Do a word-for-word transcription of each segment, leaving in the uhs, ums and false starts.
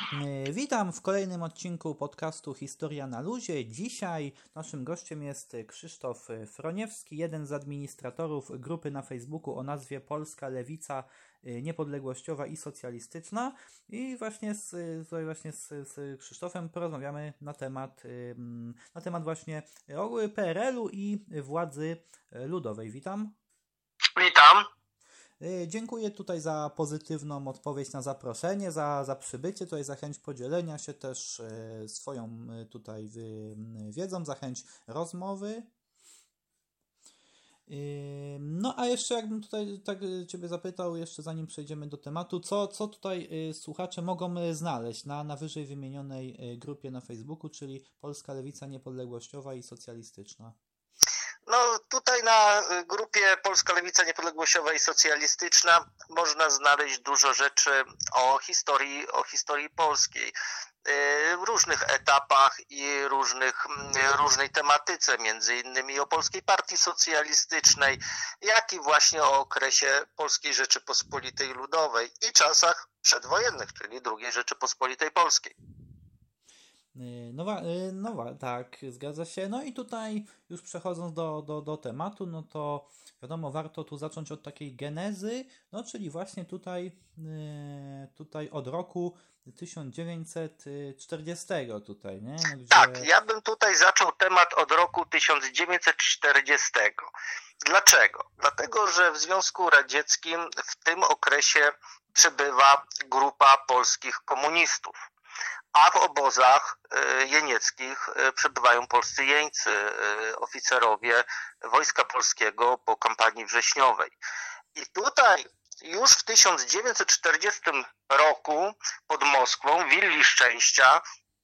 Y, Witam w kolejnym odcinku podcastu Historia na luzie. Dzisiaj naszym gościem jest Krzysztof Froniewski, jeden z administratorów grupy na Facebooku o nazwie Polska Lewica Niepodległościowa i Socjalistyczna. I właśnie z, tutaj właśnie z, z Krzysztofem porozmawiamy na temat, na temat właśnie P R L u i władzy ludowej. Witam. Witam. Dziękuję tutaj za pozytywną odpowiedź na zaproszenie, za, za przybycie, tutaj za chęć podzielenia się też swoją tutaj wiedzą, za chęć rozmowy. No a jeszcze jakbym tutaj tak Ciebie zapytał, jeszcze zanim przejdziemy do tematu, co, co tutaj słuchacze mogą znaleźć na, na wyżej wymienionej grupie na Facebooku, czyli Polska Lewica Niepodległościowa i Socjalistyczna? No tutaj na grupie Polska Lewica Niepodległościowa i Socjalistyczna można znaleźć dużo rzeczy o historii, o historii polskiej w różnych etapach i różnych, różnej tematyce, między innymi o Polskiej Partii Socjalistycznej, jak i właśnie o okresie Polskiej Rzeczypospolitej Ludowej i czasach przedwojennych, czyli drugiej Rzeczypospolitej Polskiej. No, no tak, zgadza się. No i tutaj już przechodząc do, do, do tematu, no to wiadomo, warto tu zacząć od takiej genezy, no czyli właśnie tutaj, tutaj od roku tysiąc dziewięćset czterdziestego tutaj, nie? No, gdzie... Tak, ja bym tutaj zaczął temat od roku tysiąc dziewięćset czterdziestego. Dlaczego? Dlatego, że w Związku Radzieckim w tym okresie przebywa grupa polskich komunistów. A w obozach jenieckich przebywają polscy jeńcy, oficerowie Wojska Polskiego po kampanii wrześniowej. I tutaj już w tysiąc dziewięćset czterdziestym roku pod Moskwą, w Willi Szczęścia,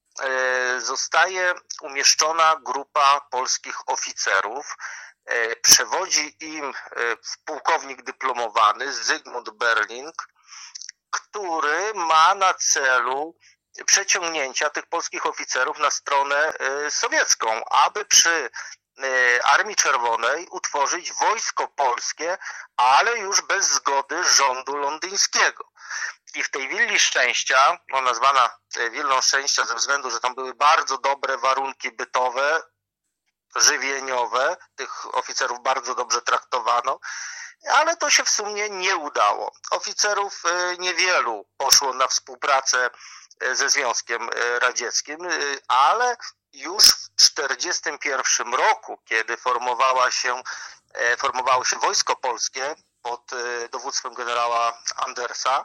zostaje umieszczona grupa polskich oficerów. Przewodzi im pułkownik dyplomowany Zygmunt Berling, który ma na celu przeciągnięcia tych polskich oficerów na stronę sowiecką, aby przy Armii Czerwonej utworzyć wojsko polskie, ale już bez zgody rządu londyńskiego. I w tej Willi Szczęścia, no nazwana Willą Szczęścia ze względu, że tam były bardzo dobre warunki bytowe, żywieniowe, tych oficerów bardzo dobrze traktowano, ale to się w sumie nie udało. Oficerów niewielu poszło na współpracę ze Związkiem Radzieckim, ale już w tysiąc dziewięćset czterdziestym pierwszym roku, kiedy formowała się, formowało się Wojsko Polskie pod dowództwem generała Andersa,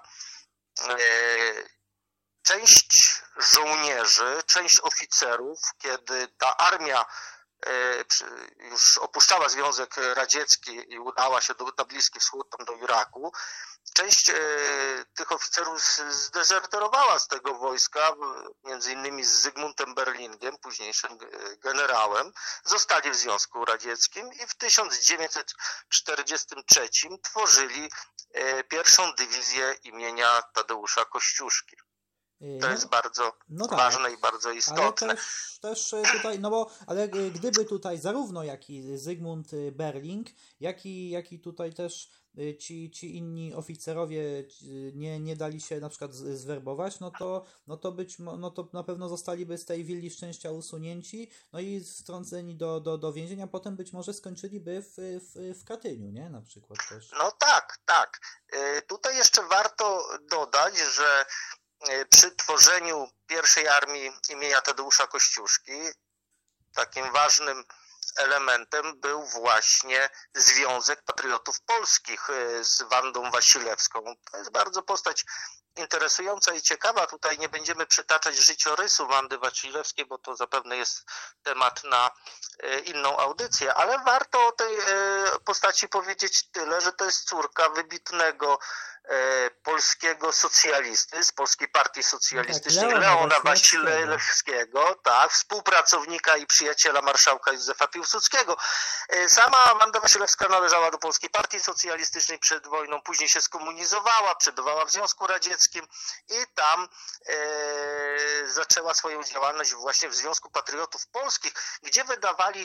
część żołnierzy, część oficerów, kiedy ta armia już opuszczała Związek Radziecki i udała się do, na Bliski Wschód, tam do Iraku, część e, tych oficerów zdezerterowała z tego wojska, między innymi z Zygmuntem Berlingiem, późniejszym generałem, zostali w Związku Radzieckim i w tysiąc dziewięćset czterdziestym trzecim tworzyli e, pierwszą dywizję imienia Tadeusza Kościuszki. To jest bardzo no tak, ważne i bardzo istotne. Ale też, też tutaj, no bo, ale gdyby tutaj zarówno jak i Zygmunt Berling, jak i, jak i tutaj też ci, ci inni oficerowie nie, nie dali się na przykład zwerbować, no to, no to być, no to na pewno zostaliby z tej Willi Szczęścia usunięci, no i wtrąceni do, do, do więzienia, potem być może skończyliby w, w, w Katyniu, nie? Na przykład też. No tak, tak. Tutaj jeszcze warto dodać, że przy tworzeniu pierwszej armii imienia Tadeusza Kościuszki takim ważnym elementem był właśnie Związek Patriotów Polskich z Wandą Wasilewską. To jest bardzo postać interesująca i ciekawa. Tutaj nie będziemy przytaczać życiorysu Wandy Wasilewskiej, bo to zapewne jest temat na inną audycję, ale warto o tej postaci powiedzieć tyle, że to jest córka wybitnego polskiego socjalisty z Polskiej Partii Socjalistycznej, tak, Leona, Leona Wasilewskiego, tak, współpracownika i przyjaciela marszałka Józefa Piłsudskiego. Sama Wanda Wasilewska należała do Polskiej Partii Socjalistycznej przed wojną, później się skomunizowała, przebywała w Związku Radzieckim i tam e, zaczęła swoją działalność właśnie w Związku Patriotów Polskich, gdzie wydawali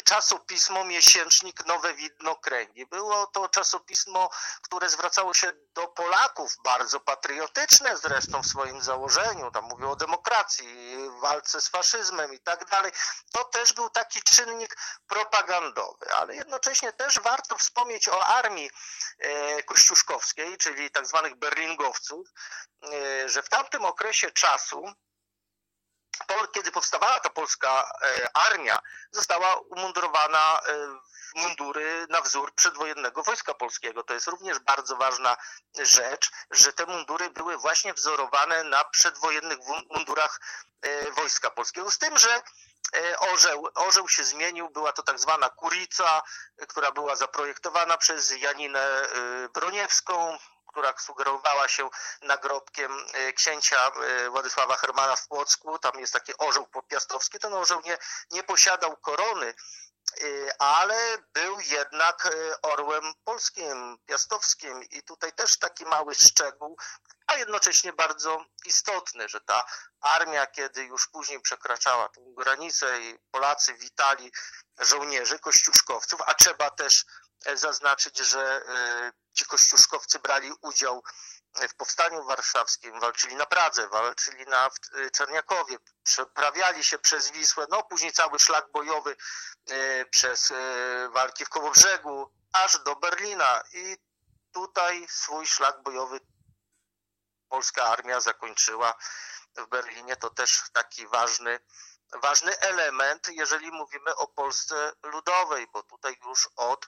czasopismo, miesięcznik Nowe Widno Kręgi. Było to czasopismo, które zwracało się do Polaków, bardzo patriotyczne zresztą w swoim założeniu, tam mówią o demokracji, walce z faszyzmem i tak dalej, to też był taki czynnik propagandowy, ale jednocześnie też warto wspomnieć o armii kościuszkowskiej, czyli tak zwanych berlingowców, że w tamtym okresie czasu, kiedy powstawała ta polska armia, została umundurowana w mundury na wzór przedwojennego Wojska Polskiego. To jest również bardzo ważna rzecz, że te mundury były właśnie wzorowane na przedwojennych mundurach Wojska Polskiego. Z tym, że orzeł, orzeł się zmienił, była to tak zwana kurica, która była zaprojektowana przez Janinę Broniewską, która sugerowała się nagrobkiem księcia Władysława Hermana w Płocku. Tam jest taki orzeł piastowski. Ten orzeł nie, nie posiadał korony, ale był jednak orłem polskim, piastowskim i tutaj też taki mały szczegół, a jednocześnie bardzo istotny, że ta armia, kiedy już później przekraczała tę granicę i Polacy witali żołnierzy, kościuszkowców, a trzeba też zaznaczyć, że ci kościuszkowcy brali udział w powstaniu warszawskim, walczyli na Pradze, walczyli na Czerniakowie, przeprawiali się przez Wisłę, no później cały szlak bojowy przez walki w Kołobrzegu, aż do Berlina i tutaj swój szlak bojowy polska armia zakończyła w Berlinie. To też taki ważny, ważny element, jeżeli mówimy o Polsce Ludowej, bo tutaj już od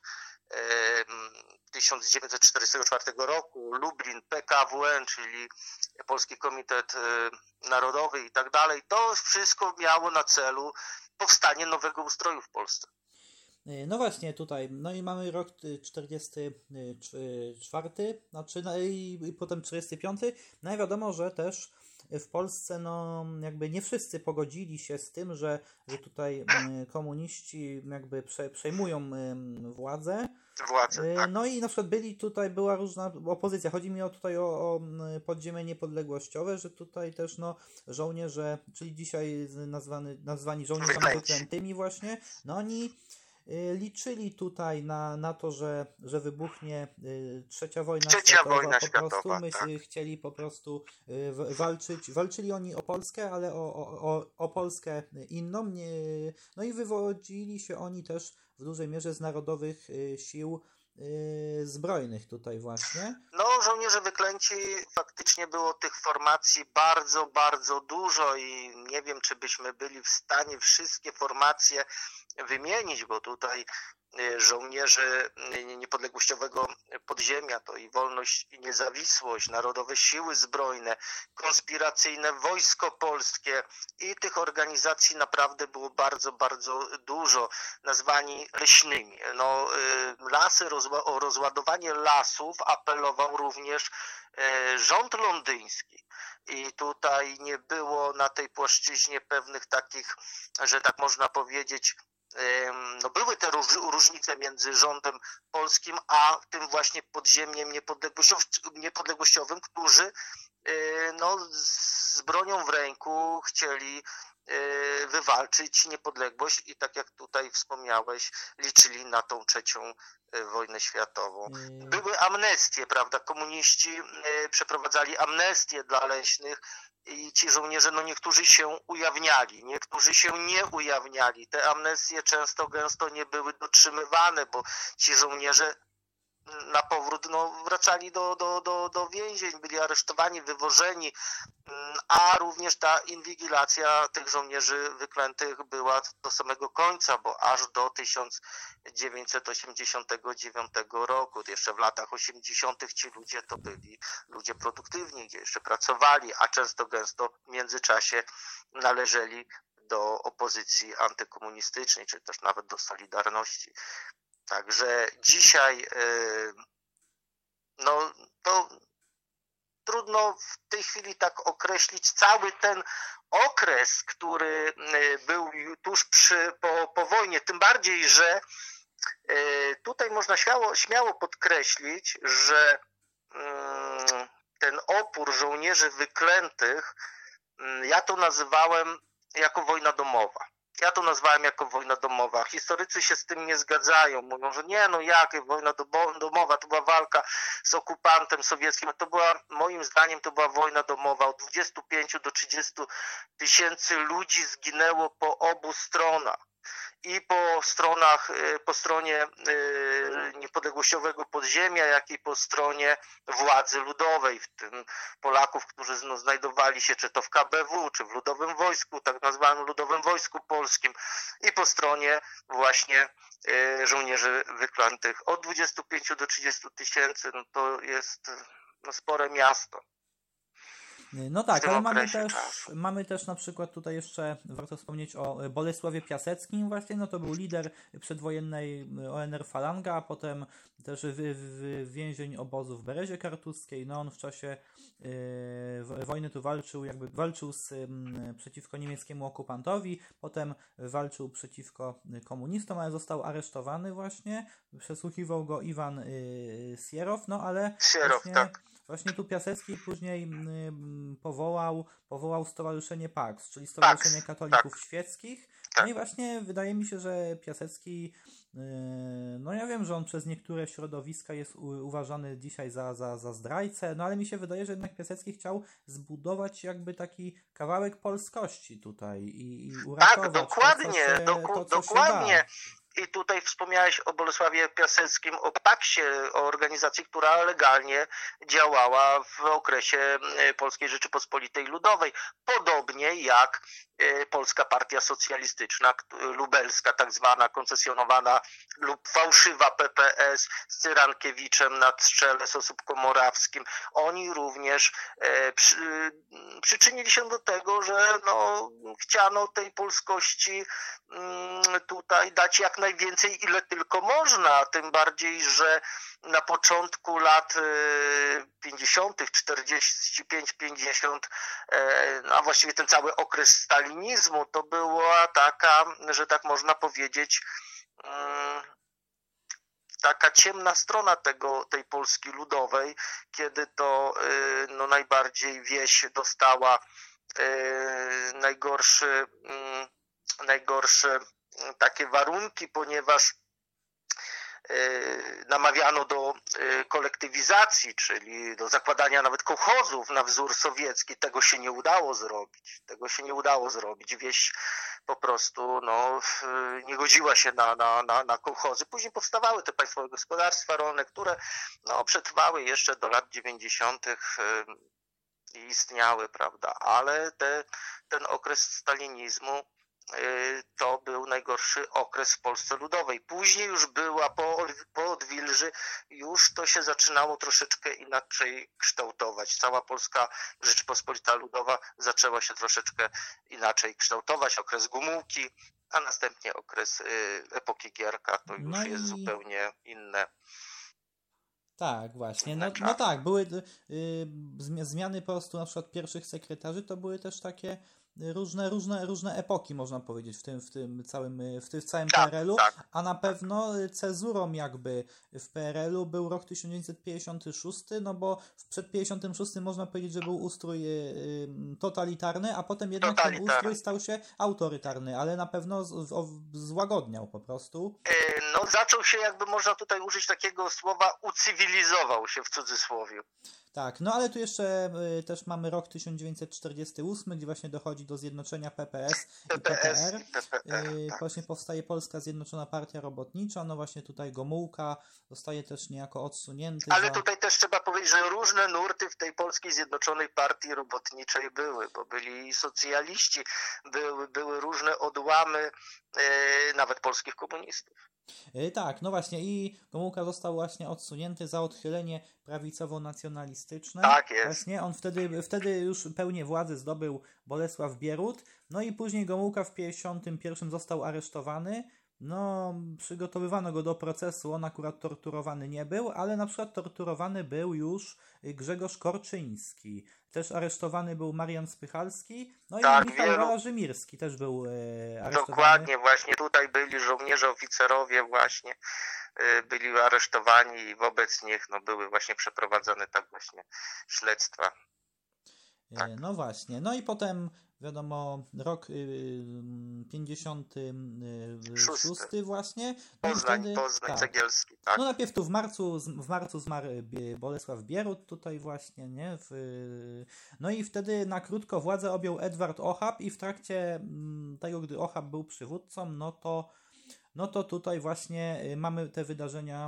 tysiąc dziewięćset czterdziestego czwartego roku Lublin, P K W N, czyli Polski Komitet Narodowy i tak dalej, to wszystko miało na celu powstanie nowego ustroju w Polsce. No właśnie tutaj, no i mamy rok czterdziesty czwarty, znaczy no i, i potem czterdziesty piąty. No i wiadomo, że też w Polsce no jakby nie wszyscy pogodzili się z tym, że, że tutaj komuniści jakby prze, przejmują władzę. Władze, tak. No i na przykład byli tutaj, była różna opozycja. Chodzi mi o tutaj o, o podziemie niepodległościowe, że tutaj też no żołnierze, czyli dzisiaj nazwany, nazwani żołnierzami wyklętymi właśnie, no oni liczyli tutaj na, na to, że, że wybuchnie trzecia wojna Trzecia światowa. Wojna po światowa, prostu my tak. chcieli po prostu walczyć. Walczyli oni o Polskę, ale o, o, o Polskę inną. No i wywodzili się oni też w dużej mierze z narodowych sił zbrojnych tutaj właśnie. No, żołnierze wyklęci, faktycznie było tych formacji bardzo, bardzo dużo i nie wiem, czy byśmy byli w stanie wszystkie formacje wymienić, bo tutaj żołnierze niepodległościowego podziemia to i Wolność i Niezawisłość, Narodowe Siły Zbrojne, konspiracyjne Wojsko Polskie i tych organizacji naprawdę było bardzo, bardzo dużo, nazwani leśnymi. No, lasy, o rozładowanie lasów apelował również rząd londyński. I tutaj nie było na tej płaszczyźnie pewnych takich, że tak można powiedzieć, no były te różnice między rządem polskim a tym właśnie podziemiem niepodległościowym, którzy no, z bronią w ręku chcieli wywalczyć niepodległość i tak jak tutaj wspomniałeś, liczyli na tą trzecią wojnę światową. Były amnestie, prawda? Komuniści przeprowadzali amnestię dla leśnych i ci żołnierze, no niektórzy się ujawniali, niektórzy się nie ujawniali. Te amnestie często, gęsto nie były dotrzymywane, bo ci żołnierze na powrót no, wracali do, do, do, do więzień, byli aresztowani, wywożeni, a również ta inwigilacja tych żołnierzy wyklętych była do samego końca, bo aż do tysiąc dziewięćset osiemdziesiątego dziewiątego roku, jeszcze w latach osiemdziesiątych ci ludzie to byli ludzie produktywni, gdzie jeszcze pracowali, a często gęsto w międzyczasie należeli do opozycji antykomunistycznej, czy też nawet do Solidarności. Także dzisiaj no to trudno w tej chwili tak określić cały ten okres, który był tuż przy, po, po wojnie, tym bardziej, że tutaj można śmiało, śmiało podkreślić, że ten opór żołnierzy wyklętych, ja to nazywałem jako wojna domowa. Ja to nazwałem jako wojna domowa. Historycy się z tym nie zgadzają. Mówią, że nie, no jak wojna domowa, to była walka z okupantem sowieckim. To była, moim zdaniem, to była wojna domowa. Od dwudziestu pięciu do trzydziestu tysięcy ludzi zginęło po obu stronach. I po stronach, po stronie niepodległościowego podziemia, jak i po stronie władzy ludowej, w tym Polaków, którzy no, znajdowali się czy to w K B W, czy w Ludowym Wojsku, tak nazwanym Ludowym Wojsku Polskim, i po stronie właśnie żołnierzy wyklętych. Od dwudziestu pięciu do trzydziestu tysięcy, no to jest no, spore miasto. No tak, ale mamy też, mamy też na przykład tutaj jeszcze, warto wspomnieć o Bolesławie Piaseckim właśnie, no to był lider przedwojennej O N R Falanga, a potem też w, w, więzień obozu w Berezie Kartuskiej. No on w czasie yy, wojny tu walczył, jakby walczył z, yy, przeciwko niemieckiemu okupantowi, potem walczył przeciwko komunistom, ale został aresztowany właśnie, przesłuchiwał go Iwan yy, Sierow, no ale Sierow, właśnie, tak. Właśnie tu Piasecki później y, powołał, powołał Stowarzyszenie Pax, czyli Stowarzyszenie tak, Katolików tak. Świeckich. Tak. No i właśnie wydaje mi się, że Piasecki, yy, no ja wiem, że on przez niektóre środowiska jest u, uważany dzisiaj za, za, za zdrajcę, no ale mi się wydaje, że jednak Piasecki chciał zbudować jakby taki kawałek polskości tutaj i, i uratować tak, dokładnie, to, co się, doku, to, co dokładnie. Się da. I tutaj wspomniałeś o Bolesławie Piaseckim, o Paksie, o organizacji, która legalnie działała w okresie Polskiej Rzeczypospolitej Ludowej. Podobnie jak Polska Partia Socjalistyczna, lubelska, tak zwana, koncesjonowana lub fałszywa P P S z Cyrankiewiczem na czele, z Osobko Morawskim. Oni również przy, przyczynili się do tego, że no, chciano tej polskości tutaj dać jak najwięcej, ile tylko można, tym bardziej, że na początku lat pięćdziesiątych, czterdzieści pięć pięćdziesiąt, a właściwie ten cały okres stalinizmu, to była taka, że tak można powiedzieć, taka ciemna strona tego, tej Polski Ludowej, kiedy to no, najbardziej wieś dostała najgorszy, najgorsze takie warunki, ponieważ namawiano do kolektywizacji, czyli do zakładania nawet kołchozów na wzór sowiecki. Tego się nie udało zrobić. Tego się nie udało zrobić. Wieś po prostu no, nie godziła się na, na, na, na kołchozy. Później powstawały te państwowe gospodarstwa rolne, które no, przetrwały jeszcze do lat dziewięćdziesiątych i istniały, prawda? Ale te, ten okres stalinizmu to był najgorszy okres w Polsce Ludowej. Później już była, po, po Odwilży, już to się zaczynało troszeczkę inaczej kształtować. Cała Polska Rzeczpospolita Ludowa zaczęła się troszeczkę inaczej kształtować. Okres Gomułki, a następnie okres y, epoki Gierka, to już no i... jest zupełnie inne. Tak, właśnie. No, no tak, były y, zmiany po prostu na przykład pierwszych sekretarzy, to były też takie różne, różne, różne epoki, można powiedzieć, w tym, w tym całym, w tym w całym tak, P R L u, tak. A na pewno cezurą jakby w P R L u był rok tysiąc dziewięćset pięćdziesiąty szósty, no bo przed pięćdziesiątym szóstym można powiedzieć, że był ustrój y, totalitarny, a potem jednak ten ustrój stał się autorytarny, ale na pewno z, o, złagodniał po prostu. No zaczął się, jakby można tutaj użyć takiego słowa, ucywilizował się w cudzysłowie. Tak, no ale tu jeszcze y, też mamy rok tysiąc dziewięćset czterdziesty ósmy, gdzie właśnie dochodzi do zjednoczenia P P S i P P R. P P R y, tak. Właśnie powstaje Polska Zjednoczona Partia Robotnicza, no właśnie tutaj Gomułka zostaje też niejako odsunięty. Ale za... tutaj też trzeba powiedzieć, że różne nurty w tej Polskiej Zjednoczonej Partii Robotniczej były, bo byli socjaliści, były, były różne odłamy y, nawet polskich komunistów. Tak, no właśnie i Gomułka został właśnie odsunięty za odchylenie prawicowo-nacjonalistyczne. Tak jest. Właśnie on wtedy, wtedy już pełnię władzy zdobył Bolesław Bierut, no i później Gomułka w pięćdziesiątym pierwszym został aresztowany. No, przygotowywano go do procesu, on akurat torturowany nie był, ale na przykład torturowany był już Grzegorz Korczyński. Też aresztowany był Marian Spychalski, no tak, i Michał wielu... Rażymirski też był e, aresztowany. Dokładnie, właśnie tutaj byli żołnierze, oficerowie właśnie e, byli aresztowani i wobec nich no, były właśnie przeprowadzane tak właśnie śledztwa. Tak. No właśnie, no i potem wiadomo, rok pięćdziesiąty szósty właśnie. No Poznań, wtedy, Poznań, tak. Cegielski, tak. No najpierw tu w marcu, w marcu zmarł Bolesław Bierut tutaj właśnie, nie? W, no i wtedy na krótko władzę objął Edward Ochab i w trakcie tego, gdy Ochab był przywódcą, no to no to tutaj właśnie mamy te wydarzenia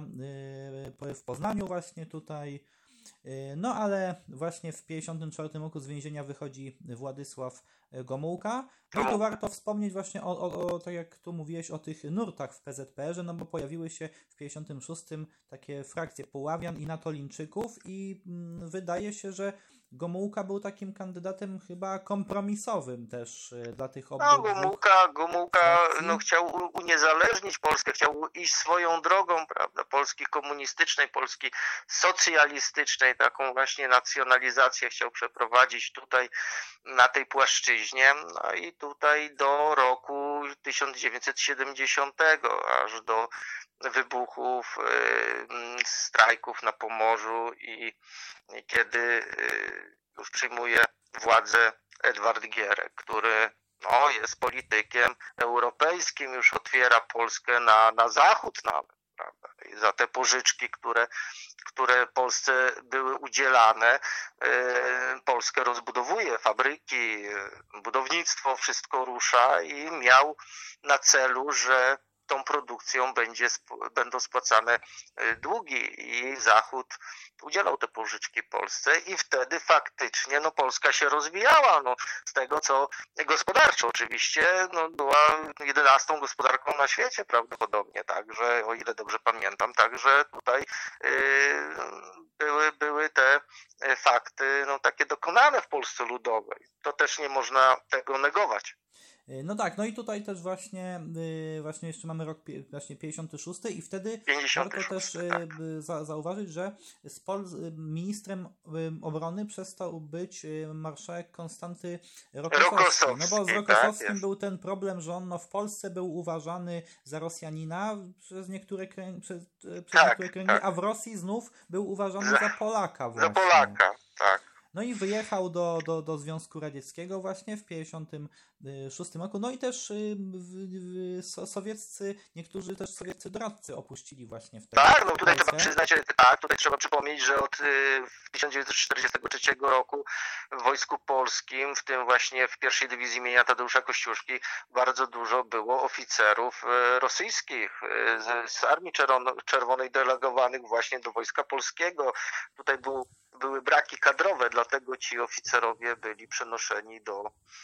w Poznaniu właśnie tutaj. No ale właśnie w pięćdziesiątym czwartym roku z więzienia wychodzi Władysław Gomułka. No i tu warto wspomnieć właśnie o, o, o, tak jak tu mówiłeś, o tych nurtach w P Z P erze, no bo pojawiły się w pięćdziesiątym szóstym takie frakcje Puławian i Natolińczyków i mm, wydaje się, że Gomułka był takim kandydatem chyba kompromisowym też dla tych obu. No, Gomułka, Gomułka no, chciał uniezależnić Polskę, chciał iść swoją drogą, prawda, Polski komunistycznej, Polski socjalistycznej, taką właśnie nacjonalizację chciał przeprowadzić tutaj na tej płaszczyźnie, no i tutaj do roku tysiąc dziewięćset siedemdziesiątego, aż do wybuchów y, strajków na Pomorzu i, i kiedy y, już przyjmuje władzę Edward Gierek, który no, jest politykiem europejskim, już otwiera Polskę na, na zachód nawet, prawda? I za te pożyczki, które, które Polsce były udzielane, y, Polskę rozbudowuje, fabryki, budownictwo, wszystko rusza i miał na celu, że tą produkcją będzie, będą spłacane długi i Zachód udzielał te pożyczki Polsce i wtedy faktycznie no, Polska się rozwijała. No, z tego co gospodarczo oczywiście no, była jedenastą gospodarką na świecie prawdopodobnie, także o ile dobrze pamiętam, także tutaj yy, były, były te fakty no, takie dokonane w Polsce Ludowej. To też nie można tego negować. No tak, no i tutaj też właśnie yy, właśnie jeszcze mamy rok właśnie pięćdziesiąty szósty i wtedy pięćdziesiąty warto szósty, też tak. yy, za, zauważyć, że z Pol- ministrem yy, obrony przestał być yy, marszałek Konstanty Rokosowski. Rokosowski. No bo z Rokosowskim tak, był ten problem, że on no, w Polsce był uważany za Rosjanina przez niektóre kręgi, przez, przez tak, niektóre kręgi, tak. A w Rosji znów był uważany za, za Polaka właśnie. Za Polaka, tak. No i wyjechał do, do, do Związku Radzieckiego właśnie w pięćdziesiątym szóstym roku. No i też w, w, sowieccy, niektórzy też sowieccy doradcy opuścili właśnie w tej Tak, no tutaj trzeba przyznać, tak, tutaj trzeba przypomnieć, że od tysiąc dziewięćset czterdziestego trzeciego roku w Wojsku Polskim, w tym właśnie w pierwszej dywizji imienia Tadeusza Kościuszki, bardzo dużo było oficerów rosyjskich z, z Armii Czerwonej delegowanych właśnie do Wojska Polskiego. Tutaj był były braki kadrowe, dlatego ci oficerowie byli przenoszeni do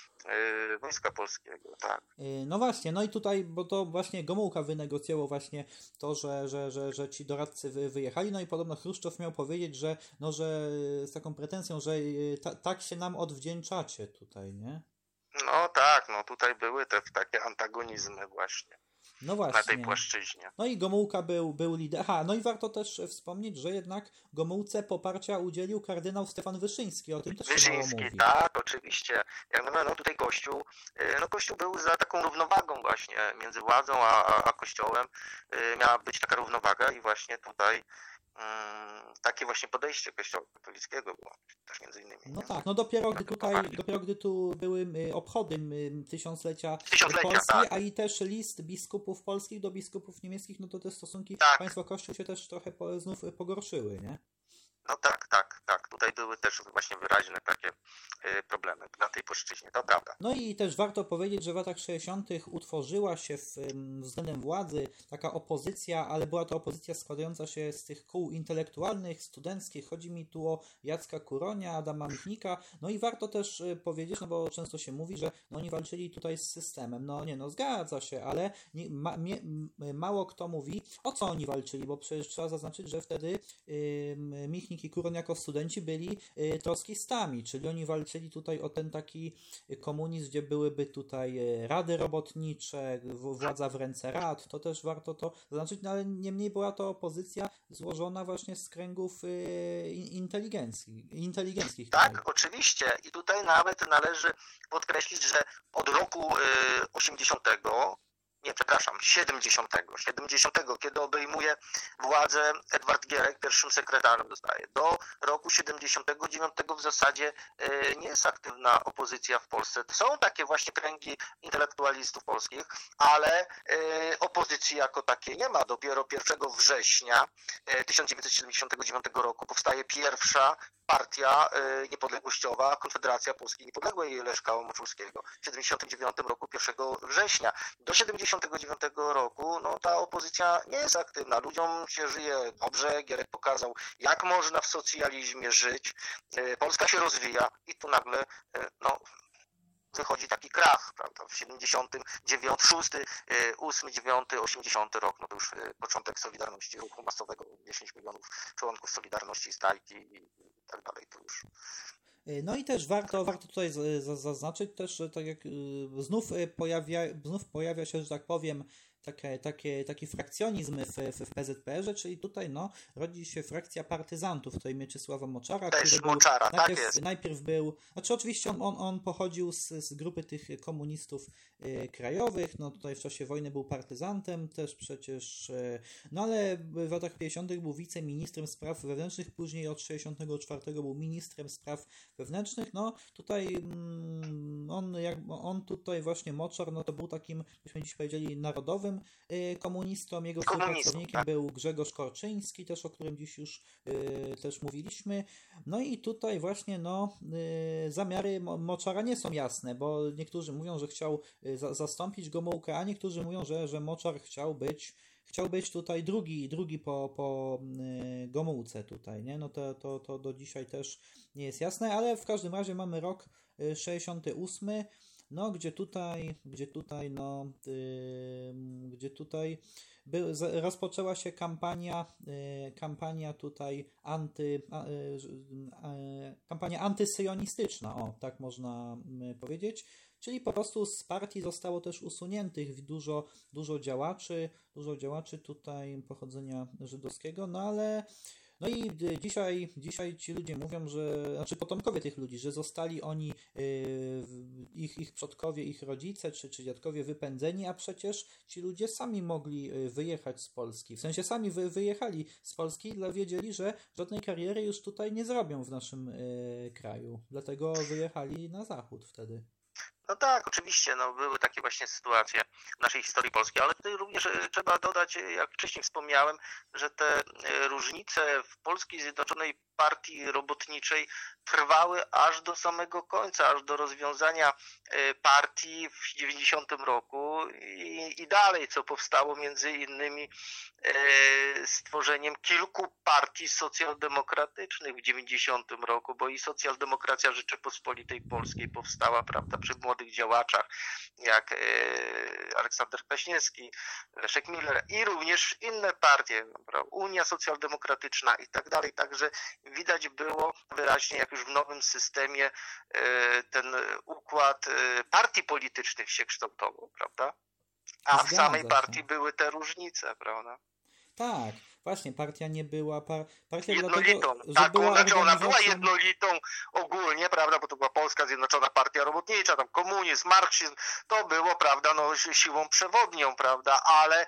y, Wojska Polskiego, tak. No właśnie, no i tutaj, bo to właśnie Gomułka wynegocjował właśnie to, że, że, że, że ci doradcy wy, wyjechali, no i podobno Chruszczow miał powiedzieć, że no, że z taką pretensją, że ta, tak się nam odwdzięczacie tutaj, nie? No tak, no tutaj były te takie antagonizmy właśnie. No właśnie. Na tej płaszczyźnie. No i Gomułka był, był lider. Aha, no i warto też wspomnieć, że jednak Gomułce poparcia udzielił kardynał Stefan Wyszyński. O tym też Wyszyński, tak, oczywiście. Jak mówię, no tutaj Kościół, no Kościół był za taką równowagą właśnie między władzą a, a, a Kościołem. Miała być taka równowaga i właśnie tutaj um, takie właśnie podejście Kościoła katolickiego było też między innymi. No tak, no dopiero gdy tutaj, dopiero gdy tu były obchody tysiąclecia, tysiąclecia Polski, tak. a i też list biskupów polskich do biskupów niemieckich, no to te stosunki tak. państwo-kościół się też trochę po, znów pogorszyły, nie? No tak, tak, tak. Tutaj były też właśnie wyraźne takie y, problemy na tej płaszczyźnie, to prawda. No i też warto powiedzieć, że w latach sześćdziesiątych utworzyła się w, względem władzy taka opozycja, ale była to opozycja składająca się z tych kół intelektualnych, studenckich. Chodzi mi tu o Jacka Kuronia, Adama Michnika. No i warto też powiedzieć, no bo często się mówi, że no oni walczyli tutaj z systemem. No nie, no zgadza się, ale nie, ma, mie, mało kto mówi, o co oni walczyli, bo przecież trzeba zaznaczyć, że wtedy yy, Michnik i Kuron jako studenci byli y, trockistami, czyli oni walczyli tutaj o ten taki komunizm, gdzie byłyby tutaj rady robotnicze, władza w ręce rad, to też warto to zaznaczyć, no ale niemniej była to opozycja złożona właśnie z kręgów y, inteligencji, inteligenckich. Tak, tutaj. Oczywiście i tutaj nawet należy podkreślić, że od roku y, osiemdziesiątego nie, przepraszam, siedemdziesiątego, siedemdziesiątego, kiedy obejmuje władzę Edward Gierek, pierwszym sekretarzem zostaje. Do roku siedemdziesiątego dziewiątego w zasadzie nie jest aktywna opozycja w Polsce. Są takie właśnie kręgi intelektualistów polskich, ale opozycji jako takiej nie ma. Dopiero pierwszego września tysiąc dziewięćset siedemdziesiątego dziewiątego roku powstaje pierwsza partia niepodległościowa, Konfederacja Polski Niepodległej Leszka Moczulskiego. W siedemdziesiątym dziewiątym roku pierwszego września. Do siedemdziesiątego dziewiątego roku no, ta opozycja nie jest aktywna. Ludziom się żyje dobrze. Gierek pokazał, jak można w socjalizmie żyć. Polska się rozwija i tu nagle no, wychodzi taki krach, prawda? W siedemdziesiątym dziewiątym, szóstym, ósmym, dziewiątym, osiemdziesiątym rok, no to już początek Solidarności, ruchu masowego, dziesięć milionów członków Solidarności, strajki i tak dalej, to już. No i też warto, warto tutaj zaznaczyć też, że tak jak znów pojawia, znów pojawia się, że tak powiem, takie, takie, taki frakcjonizm w, w, w P Z P R-ze, czyli tutaj no, rodzi się frakcja partyzantów, tutaj Mieczysława Moczara, Też który Moczara, był, najpierw, tak jest. najpierw był, znaczy oczywiście on, on, on pochodził z, z grupy tych komunistów y, krajowych, no tutaj w czasie wojny był partyzantem też przecież, y, no ale w latach pięćdziesiątych był wiceministrem spraw wewnętrznych, później od sześćdziesiątego czwartego był ministrem spraw wewnętrznych, no tutaj mm, on, jak, on tutaj właśnie Moczar, no to był takim, byśmy dziś powiedzieli, narodowym komunistą, jego współpracownikiem tak. był Grzegorz Korczyński, też o którym dziś już y, też mówiliśmy. No i tutaj właśnie no, y, zamiary Moczara nie są jasne, bo niektórzy mówią, że chciał y, za, zastąpić Gomułkę, a niektórzy mówią, że, że Moczar chciał być chciał być tutaj drugi, drugi po, po y, Gomułce tutaj, nie? No to, to, to do dzisiaj też nie jest jasne, ale w każdym razie mamy rok y, sześćdziesiąty ósmy, no, gdzie tutaj, gdzie tutaj, no, yy, gdzie tutaj by, z, rozpoczęła się kampania, yy, kampania tutaj anty, a, yy, yy, kampania antysyjonistyczna, o, tak można yy, powiedzieć, czyli po prostu z partii zostało też usuniętych dużo, dużo działaczy, dużo działaczy tutaj pochodzenia żydowskiego, no ale no i dzisiaj, dzisiaj ci ludzie mówią, że, znaczy potomkowie tych ludzi, że zostali oni, yy, ich, ich przodkowie, ich rodzice czy, czy dziadkowie wypędzeni, a przecież ci ludzie sami mogli wyjechać z Polski. W sensie sami wy, wyjechali z Polski, dla wiedzieli, że żadnej kariery już tutaj nie zrobią w naszym yy, kraju. Dlatego wyjechali na zachód wtedy. No tak, oczywiście, no, były takie właśnie sytuacje w naszej historii polskiej, ale tutaj również trzeba dodać, jak wcześniej wspomniałem, że te różnice w Polskiej Zjednoczonej Partii Robotniczej trwały aż do samego końca, aż do rozwiązania partii w dziewięćdziesiątym roku i, i dalej, co powstało między innymi stworzeniem kilku partii socjaldemokratycznych w dziewięćdziesiątym roku, bo i Socjaldemokracja Rzeczypospolitej Polskiej powstała, prawda, przy młodych działaczach jak Aleksander Kwaśniewski, Leszek Miller i również inne partie, prawda, Unia Socjaldemokratyczna i tak dalej, także widać było wyraźnie, jak już w nowym systemie ten układ partii politycznych się kształtował, prawda? A w samej partii były te różnice, prawda? Tak, właśnie, partia nie była par... partia jednolitą. Dlatego, tak, była znaczy ona była organizacją... jednolitą ogólnie, prawda, bo to była Polska Zjednoczona Partia Robotnicza, tam komunizm, marksizm, to było, prawda, no siłą przewodnią, prawda, ale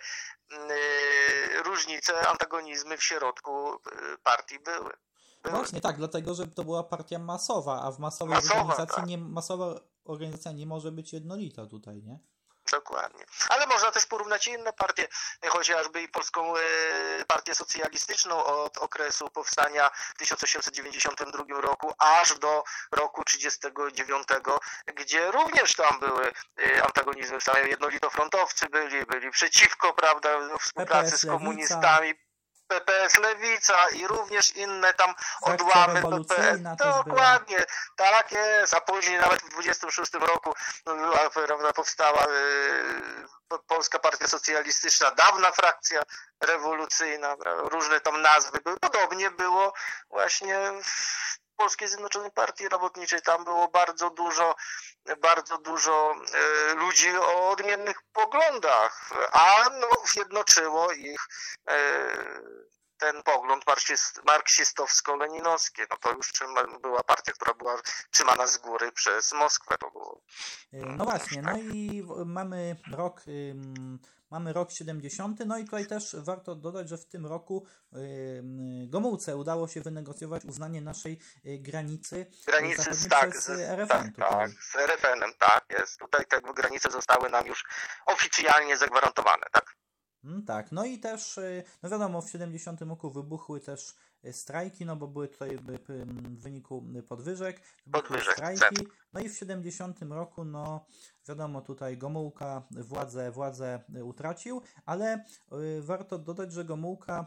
yy, różnice, antagonizmy w środku partii były. były. Właśnie, tak, dlatego, że to była partia masowa, a w masowej Masowa, organizacji tak. nie, masowa organizacja nie może być jednolita tutaj, nie? Dokładnie. Ale można też porównać inne partie, chociażby i Polską Partię Socjalistyczną od okresu powstania w tysiąc osiemset dziewięćdziesiątym drugim roku aż do roku trzydziestego dziewiątego, gdzie również tam były antagonizmy, sami jednolitofrontowcy byli, byli przeciwko, prawda, współpracy z komunistami. P P S Lewica i również inne tam odłamy P P S. Dokładnie, tak jest. A później nawet w dwudziestym szóstym roku była, prawda, powstała y, Polska Partia Socjalistyczna, dawna frakcja rewolucyjna, prawda, różne tam nazwy były. Podobnie było właśnie w Polskiej Zjednoczonej Partii Robotniczej. Tam było bardzo dużo, bardzo dużo e, ludzi o odmiennych poglądach, a no, zjednoczyło ich e, ten pogląd marksistowsko-leninowski. No to już była partia, która była trzymana z góry przez Moskwę. To było. No właśnie, no i mamy rok, mamy rok siedemdziesiąty, no i tutaj też warto dodać, że w tym roku Gomułce udało się wynegocjować uznanie naszej granicy, granicy z, tak, przez z, R F N. Tak, tak, z R F N-em, tak jest. Tutaj te granice zostały nam już oficjalnie zagwarantowane, tak? Tak, no i też, no wiadomo, w siedemdziesiątym roku wybuchły też strajki, no bo były tutaj w wyniku podwyżek, podwyżek strajki, no i w siedemdziesiątym roku, no wiadomo, tutaj Gomułka władzę, władzę utracił, ale warto dodać, że Gomułka,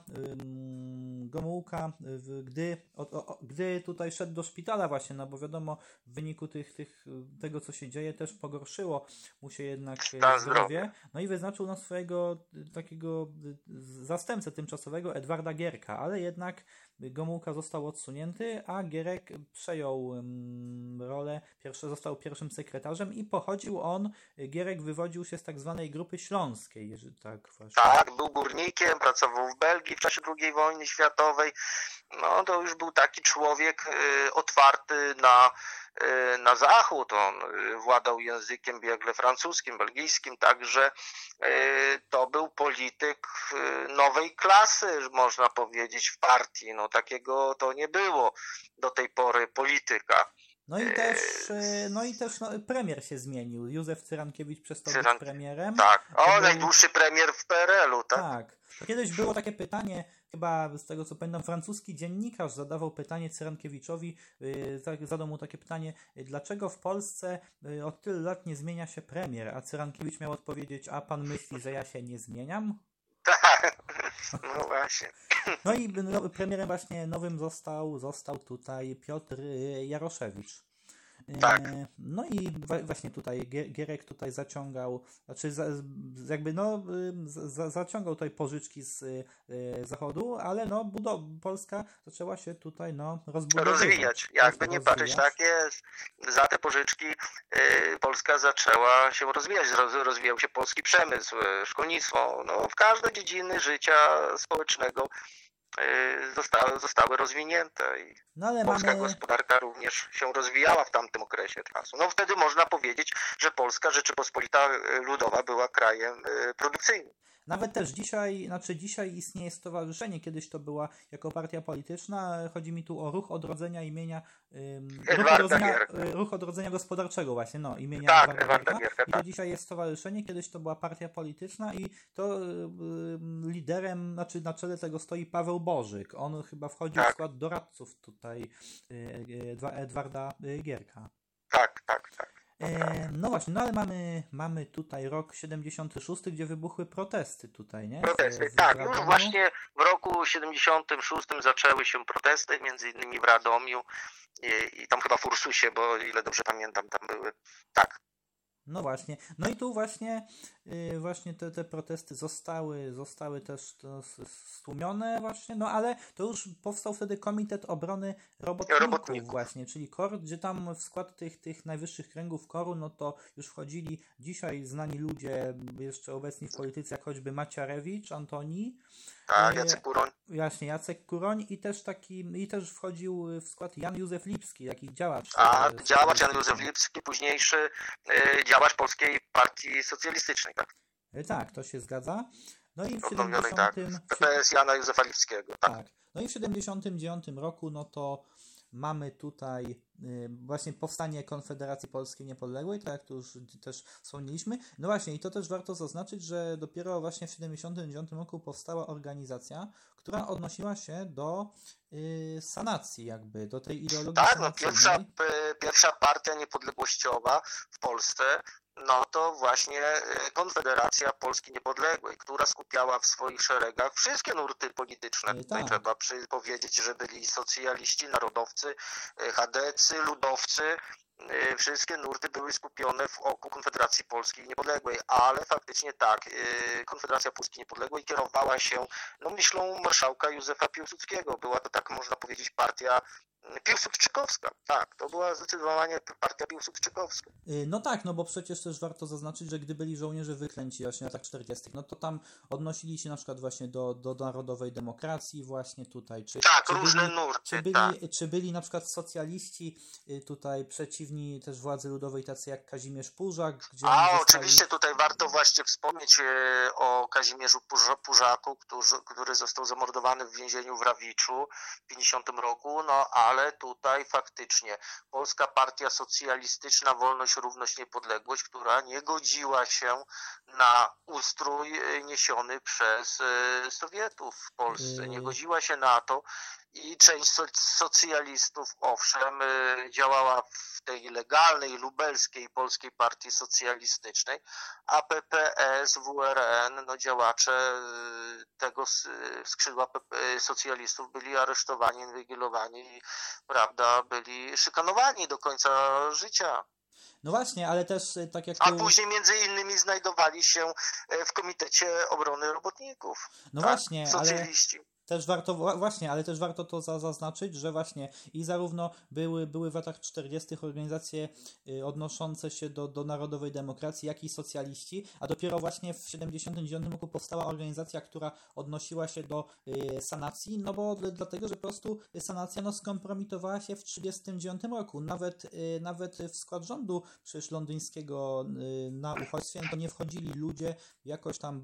Gomułka gdy, o, o, gdy tutaj szedł do szpitala właśnie, no bo wiadomo, w wyniku tych, tych, tego, co się dzieje, też pogorszyło mu się jednak zdrowie, no i wyznaczył na swojego takiego zastępcę tymczasowego Edwarda Gierka, ale jednak Gomułka został odsunięty, a Gierek przejął um, rolę, pierwszy, został pierwszym sekretarzem i pochodził on, Gierek wywodził się z tak zwanej grupy śląskiej. Jeżeli tak, właśnie. Tak, był górnikiem, pracował w Belgii w czasie drugiej wojny światowej. No to już był taki człowiek y, otwarty na, y, na zachód. On y, władał językiem biegle francuskim, belgijskim, także y, to był polityk y, nowej klasy, można powiedzieć, w partii. No takiego to nie było do tej pory polityka. No i też, no i też no, premier się zmienił. Józef Cyrankiewicz przestał Cyran... być premierem. Tak, o, był... najdłuższy premier w P R L-u, tak? Tak. To kiedyś było takie pytanie, chyba z tego co pamiętam, francuski dziennikarz zadawał pytanie Cyrankiewiczowi, yy, tak, zadał mu takie pytanie, dlaczego w Polsce yy, od tylu lat nie zmienia się premier, a Cyrankiewicz miał odpowiedzieć, a pan myśli, że ja się nie zmieniam? Tak, no właśnie. No i no, premierem właśnie nowym został, został tutaj Piotr Jaroszewicz. Tak. No i właśnie tutaj Gierek tutaj zaciągał, znaczy za, jakby no za, zaciągał tutaj pożyczki z y, zachodu, ale no budow, Polska zaczęła się tutaj no rozbudowywać. Rozwijać, jakby nie patrzeć, tak jest. Za te pożyczki y, Polska zaczęła się rozwijać, roz, rozwijał się polski przemysł, szkolnictwo, no w każdej dziedziny życia społecznego Zostały, zostały rozwinięte i no ale polska mamy... gospodarka również się rozwijała w tamtym okresie czasu. No wtedy można powiedzieć, że Polska Rzeczypospolita Ludowa była krajem produkcyjnym. Nawet też dzisiaj, znaczy dzisiaj istnieje stowarzyszenie, kiedyś to była jako partia polityczna, chodzi mi tu o Ruch Odrodzenia imienia um, Ruch, odrodzenia, Ruch Odrodzenia Gospodarczego właśnie, no imienia tak, Edwarda Gierka. I to dzisiaj jest stowarzyszenie, kiedyś to była partia polityczna i to um, liderem, znaczy na czele tego stoi Paweł Bożyk. On chyba wchodził tak. w skład doradców tutaj e, Edwarda Gierka. Tak, tak, tak. E, no właśnie, no ale mamy, mamy tutaj rok siedemdziesiąty szósty, gdzie wybuchły protesty tutaj, nie? Protesty, z, z tak, już właśnie w roku siedemdziesiątym szóstym zaczęły się protesty, między innymi w Radomiu i, i tam chyba w Ursusie, bo ile dobrze pamiętam, tam były, tak. No właśnie, no i tu właśnie yy, właśnie te, te protesty zostały, zostały też to stłumione właśnie, no ale to już powstał wtedy Komitet Obrony Robotników, Robotników. właśnie, czyli K O R, gdzie tam w skład tych, tych najwyższych kręgów K O R-u, no to już wchodzili dzisiaj znani ludzie, jeszcze obecni w polityce, jak choćby Maciarewicz, Antoni, tak, Jacek Kuroń. Właśnie, Jacek Kuroń i też taki, i też wchodził w skład Jan Józef Lipski, jakiś działacz. A, działacz Jan Józef Lipski, późniejszy y, działacz Polskiej Partii Socjalistycznej, tak? Tak, to się zgadza. No i w siedemdziesiątym... tak. P P S Jana Józefa Lipskiego, tak. tak. No i w siedemdziesiątym dziewiątym roku, no to mamy tutaj y, właśnie powstanie Konfederacji Polskiej Niepodległej, tak jak tu już też wspomnieliśmy. No właśnie, i to też warto zaznaczyć, że dopiero właśnie w siedemdziesiątym dziewiątym roku powstała organizacja, która odnosiła się do y, sanacji jakby, do tej ideologii tak, no pierwsza, pierwsza partia niepodległościowa w Polsce, no to właśnie Konfederacja Polski Niepodległej, która skupiała w swoich szeregach wszystkie nurty polityczne. Tak. Tutaj trzeba powiedzieć, że byli socjaliści, narodowcy, chadecy, ludowcy. Wszystkie nurty były skupione w oku Konfederacji Polskiej Niepodległej, ale faktycznie tak, Konfederacja Polskiej Niepodległej kierowała się no, myślą marszałka Józefa Piłsudskiego. Była to, tak można powiedzieć, partia Piłsudczykowska, tak, to była zdecydowanie partia piłsudczykowska. No tak, no bo przecież też warto zaznaczyć, że gdy byli żołnierze wyklęci właśnie w latach czterdziestych, no to tam odnosili się na przykład właśnie do, do narodowej demokracji właśnie tutaj. Czy, tak, czy różne byli, nurty, czy byli, tak. Czy byli na przykład socjaliści tutaj przeciwni też władzy ludowej, tacy jak Kazimierz Pużak? Gdzie A zostali... oczywiście tutaj warto właśnie wspomnieć o Kazimierzu Pużaku, który, który został zamordowany w więzieniu w Rawiczu w pięćdziesiątym roku, no ale tutaj faktycznie Polska Partia Socjalistyczna, Wolność, Równość, Niepodległość, która nie godziła się na ustrój niesiony przez Sowietów w Polsce, nie godziła się na to i część socjalistów, owszem, działała w tej legalnej, lubelskiej Polskiej Partii Socjalistycznej, a P P S, W R N, no działacze tego skrzydła socjalistów byli aresztowani, inwigilowani i, prawda, byli szykanowani do końca życia. No właśnie, ale też tak jak... A tu... później między innymi znajdowali się w Komitecie Obrony Robotników. No tak? właśnie, Socjaliści. ale... Też warto, właśnie, ale też warto to zaznaczyć, że właśnie i zarówno były, były w latach czterdziestych organizacje odnoszące się do, do narodowej demokracji, jak i socjaliści, a dopiero właśnie w siedemdziesiątym dziewiątym roku powstała organizacja, która odnosiła się do y, sanacji, no bo dlatego, że po prostu sanacja no, skompromitowała się w trzydziestym dziewiątym roku. Nawet, y, nawet w skład rządu przecież londyńskiego y, na uchodźstwie to nie wchodzili ludzie jakoś tam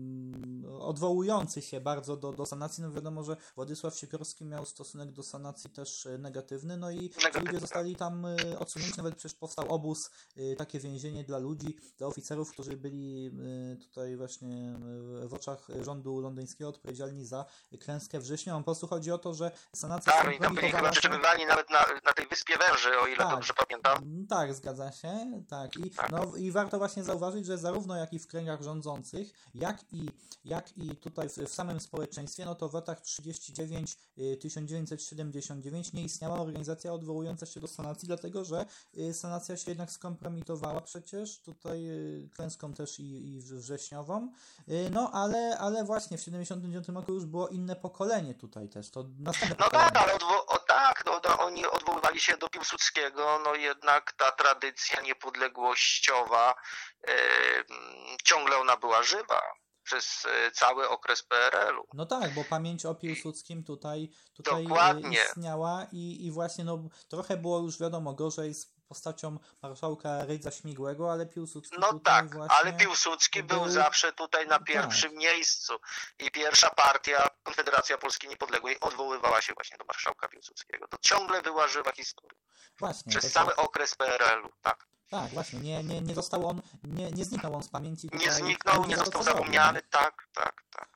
y, odwołujący się bardzo do, do sanacji. No wiadomo, że Władysław Sikorski miał stosunek do sanacji też negatywny, no i ci ludzie zostali tam odsunięci, nawet przecież powstał obóz, takie więzienie dla ludzi, dla oficerów, którzy byli tutaj właśnie w oczach rządu londyńskiego odpowiedzialni za klęskę wrześniową. Po prostu chodzi o to, że sanacja... Tak, oni tam byli chyba przetrzymywani nawet na, na tej wyspie Węży, o ile tak, dobrze pamiętam. Tak, zgadza się, tak. I, tak. No, i warto właśnie zauważyć, że zarówno jak i w kręgach rządzących, jak i, jak i tutaj w, w samym społeczeństwie, no to w latach trzydziestym dziewiątym do tysiąc dziewięćset siedemdziesiątego dziewiątego nie istniała organizacja odwołująca się do sanacji, dlatego że sanacja się jednak skompromitowała przecież tutaj klęską też i, i wrześniową, no ale, ale właśnie w siedemdziesiątym dziewiątym roku już było inne pokolenie tutaj też, to następne No pokolenie. tak, ale odwo- o, tak, no, no, oni odwoływali się do Piłsudskiego, no jednak ta tradycja niepodległościowa e, ciągle ona była żywa przez cały okres P R L u. No tak, bo pamięć o Piłsudskim tutaj, tutaj Dokładnie. istniała i, i właśnie no trochę było już wiadomo gorzej z postacią marszałka Rydza Śmigłego, ale Piłsudski No tutaj tak, właśnie ale Piłsudski był, był zawsze tutaj na pierwszym tak. miejscu i pierwsza partia, Konfederacja Polski Niepodległej, odwoływała się właśnie do marszałka Piłsudskiego. To ciągle była żywa historia. Właśnie. Przez cały okres P R L u, tak. Tak, właśnie, nie, nie, nie został on, nie, nie zniknął on z pamięci. Tutaj, nie zniknął, nie został zapomniany, tak, tak, tak.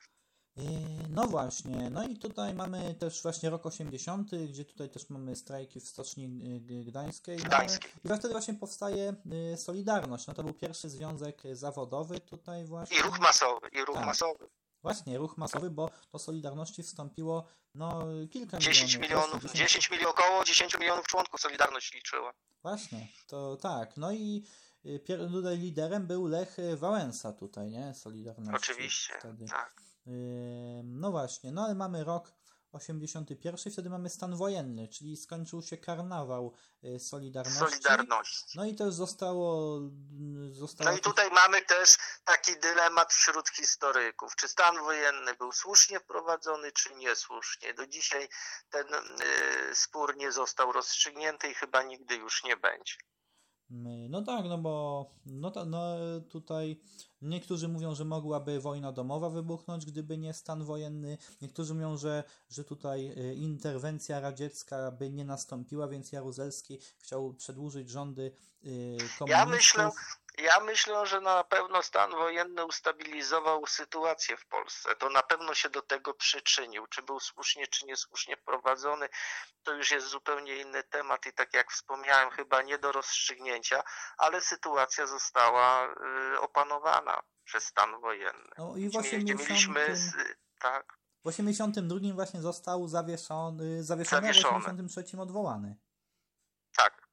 No właśnie, no i tutaj mamy też właśnie rok osiemdziesiąty, gdzie tutaj też mamy strajki w Stoczni Gdańskiej. Gdańskiej. No, i wtedy właśnie powstaje Solidarność, no to był pierwszy związek zawodowy tutaj właśnie. I ruch masowy, i ruch tak. masowy. Właśnie, ruch masowy, bo do Solidarności wstąpiło no kilka dziesięć milionów. milionów, dziesięć milionów, około dziesięć milionów członków Solidarność liczyła. Właśnie, to tak, no i tutaj liderem był Lech Wałęsa tutaj, nie? Solidarności. Oczywiście, wtedy. tak. No właśnie, no ale mamy rok osiemdziesiąty pierwszy, wtedy mamy stan wojenny, czyli skończył się karnawał Solidarności. Solidarności. No i też zostało... zostało no i tutaj tych... mamy też taki dylemat wśród historyków. Czy stan wojenny był słusznie wprowadzony, czy niesłusznie? Do dzisiaj ten y, spór nie został rozstrzygnięty i chyba nigdy już nie będzie. No tak, no bo no, to, no tutaj niektórzy mówią, że mogłaby wojna domowa wybuchnąć, gdyby nie stan wojenny. Niektórzy mówią, że, że tutaj interwencja radziecka by nie nastąpiła, więc Jaruzelski chciał przedłużyć rządy komunistów. Ja myślę, ja myślę, że na pewno stan wojenny ustabilizował sytuację w Polsce. To na pewno się do tego przyczynił. Czy był słusznie, czy niesłusznie prowadzony, to już jest zupełnie inny temat i tak jak wspomniałem, chyba nie do rozstrzygnięcia, ale sytuacja została y, opanowana przez stan wojenny. No i w osiemdziesiątym... mieliśmy z, tak. W osiemdziesiątym drugim właśnie został zawieszony, zawieszony, a w osiemdziesiątym trzecim odwołany. Tak.